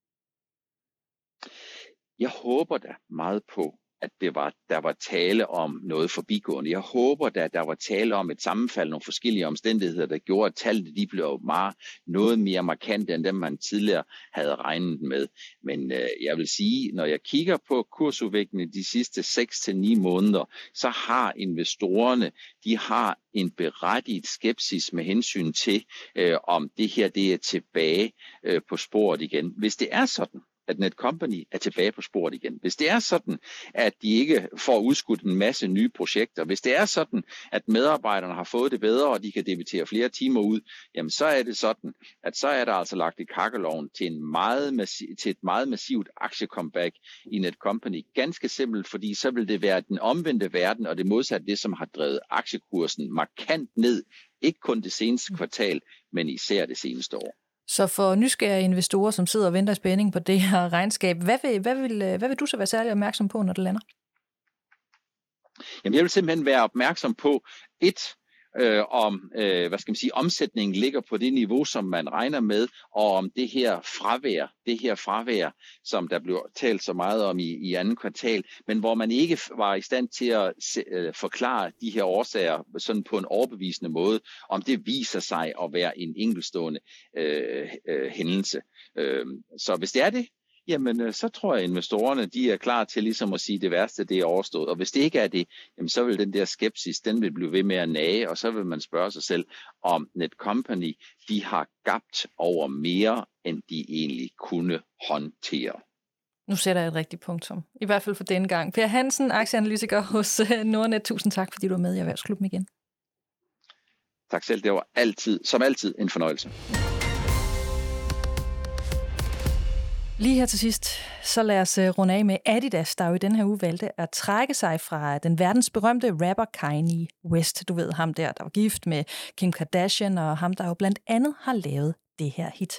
Jeg håber da meget på, at der var tale om noget forbigående. Jeg håber da, at der var tale om et sammenfald, nogle forskellige omstændigheder, der gjorde, at tallene de blev noget mere markante, end dem man tidligere havde regnet med. Men jeg vil sige, når jeg kigger på kursudviklingen de sidste 6-9 måneder, så har investorerne, de har en berettiget skepsis med hensyn til, om det her det er tilbage på sporet igen. Hvis det er sådan, at Netcompany er tilbage på sporet igen. Hvis det er sådan, at de ikke får udskudt en masse nye projekter, hvis det er sådan, at medarbejderne har fået det bedre, og de kan debitere flere timer ud, jamen så er det sådan, at så er der altså lagt i kakkeloven til et meget massivt aktiecomeback i Netcompany. Ganske simpelt, fordi så vil det være den omvendte verden, og det modsatte det, som har drevet aktiekursen markant ned. Ikke kun det seneste kvartal, men især det seneste år. Så for nysgerrige investorer, som sidder og venter i spænding på det her regnskab, hvad vil du så være særlig opmærksom på, når det lander? Jamen, jeg vil simpelthen være opmærksom på, om omsætningen ligger på det niveau, som man regner med, og om det her fravær, som der blev talt så meget om i anden kvartal, men hvor man ikke var i stand til at forklare de her årsager sådan på en overbevisende måde, om det viser sig at være en enkeltstående hændelse. Så hvis det er det, jamen så tror jeg, at investorerne de er klar til ligesom at sige, at det værste det er overstået. Og hvis det ikke er det, jamen, så vil den der skepsis, den vil blive ved med at nage, og så vil man spørge sig selv, om Netcompany de har gabt over mere, end de egentlig kunne håndtere. Nu sætter jeg et rigtigt punktum. I hvert fald for denne gang. Per Hansen, aktieanalytiker hos Nordnet. Tusind tak, fordi du var med i Erhvervsklubben igen. Tak selv. Det var som altid en fornøjelse. Lige her til sidst, så lad os runde af med Adidas, der jo i den her uge valgte at trække sig fra den verdensberømte rapper Kanye West. Du ved ham der var gift med Kim Kardashian, og ham der jo blandt andet har lavet det her hit.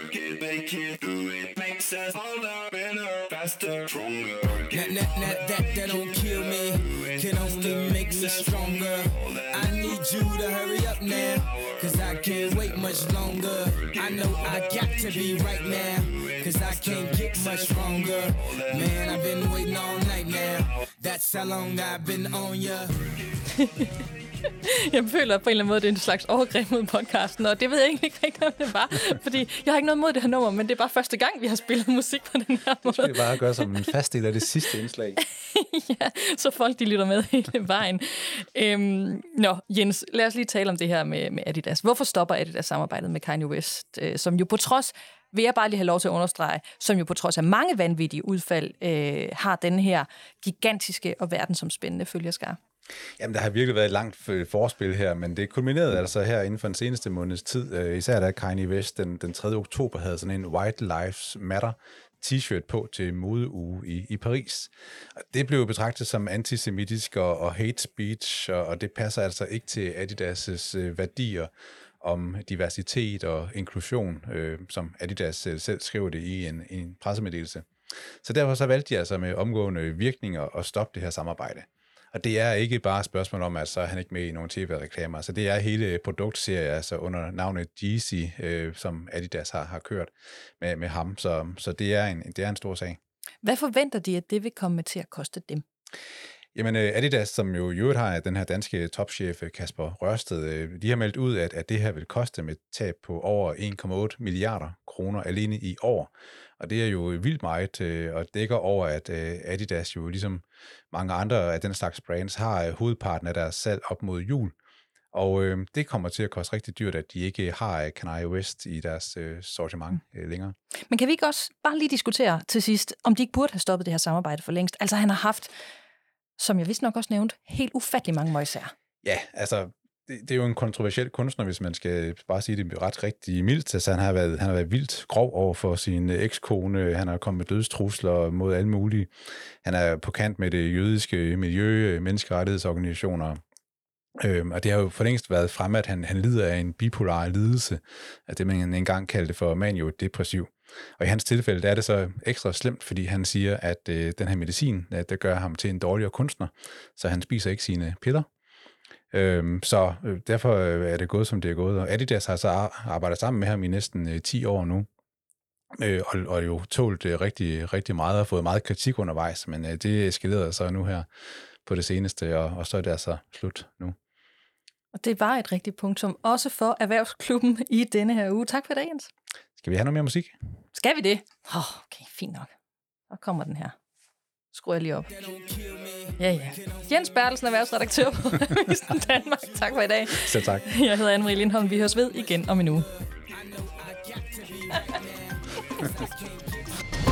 You to hurry up now, cause I can't wait much longer. I know I got to be right now, cause I can't get much stronger. Man, I've been waiting all night now. That's how long I've been on ya. Jeg føler på en eller anden måde, det er en slags overgreb mod podcasten, og det ved jeg egentlig ikke rigtig, om det var. Fordi jeg har ikke noget mod det her nummer, men det er bare første gang, vi har spillet musik på den her måde. Det skal vi bare gøre som en fast del af det sidste indslag. Ja, så folk de lytter med hele vejen. Jens, lad os lige tale om det her med Adidas. Hvorfor stopper Adidas samarbejdet med Kanye West, som jo på trods, vil jeg bare lige have lov til at understrege, som jo på trods af mange vanvittige udfald, har den her gigantiske og verdensomspændende følgerskare? Jamen, der har virkelig været et langt forspil her, men det kulminerede altså her inden for den seneste måneds tid. Især da Kanye West den 3. oktober havde sådan en White Lives Matter t-shirt på til modeuge i Paris. Det blev betragtet som antisemitisk og hate speech, og det passer altså ikke til Adidas' værdier om diversitet og inklusion, som Adidas selv skriver det i en pressemeddelelse. Så derfor så valgte de altså med omgående virkninger at stoppe det her samarbejde. Og det er ikke bare et spørgsmål om, at så er han ikke med i nogle tv-reklamer. Så det er hele produktserie, altså under navnet Yeezy, som Adidas har kørt med ham. Så det er en stor sag. Hvad forventer de, at det vil komme til at koste dem? Jamen Adidas, som jo i øvrigt har den her danske topchef Kasper Rørsted, de har meldt ud, at det her vil koste med tab på over 1,8 milliarder kroner alene i år. Og det er jo vildt meget, og dækker over, at Adidas jo ligesom mange andre af den slags brands har hovedparten af deres salg op mod jul. Og det kommer til at koste rigtig dyrt, at de ikke har Kanye West i deres sortiment længere. Men kan vi ikke også bare lige diskutere til sidst, om de ikke burde have stoppet det her samarbejde for længst? Altså han har haft, som jeg vist nok også nævnt, helt ufattelig mange møjsager. Ja, altså det er jo en kontroversiel kunstner, hvis man skal bare sige det ret rigtig mildt. Altså, han har været vildt grov over for sin ekskone. Han har kommet med dødstrusler mod alle mulige. Han er på kant med det jødiske miljø, menneskerettighedsorganisationer. Og det har jo for længst været fremme, at han lider af en bipolar lidelse, af det man engang kaldte for maniodepressiv. Og i hans tilfælde der er det så ekstra slemt, fordi han siger, at den her medicin, det gør ham til en dårligere kunstner, så han spiser ikke sine piller. Så derfor er det gået, som det er gået. Og Adidas har så arbejdet sammen med ham i næsten 10 år nu, og jo tålt rigtig, rigtig meget og fået meget kritik undervejs, men det eskalerede så nu her på det seneste, og så er det altså slut nu. Og det var et rigtigt punktum, også for Erhvervsklubben i denne her uge. Tak for det, Jens. Skal vi have noget mere musik? Skal vi det? Okay, fint nok. Så kommer den her. Skruer jeg lige op. Ja. Jens Bertelsen, erhvervsredaktør på Avisen Danmark. Tak for i dag. Selv tak. Jeg hedder Anne-Marie Lindholm. Vi høres ved igen om en uge.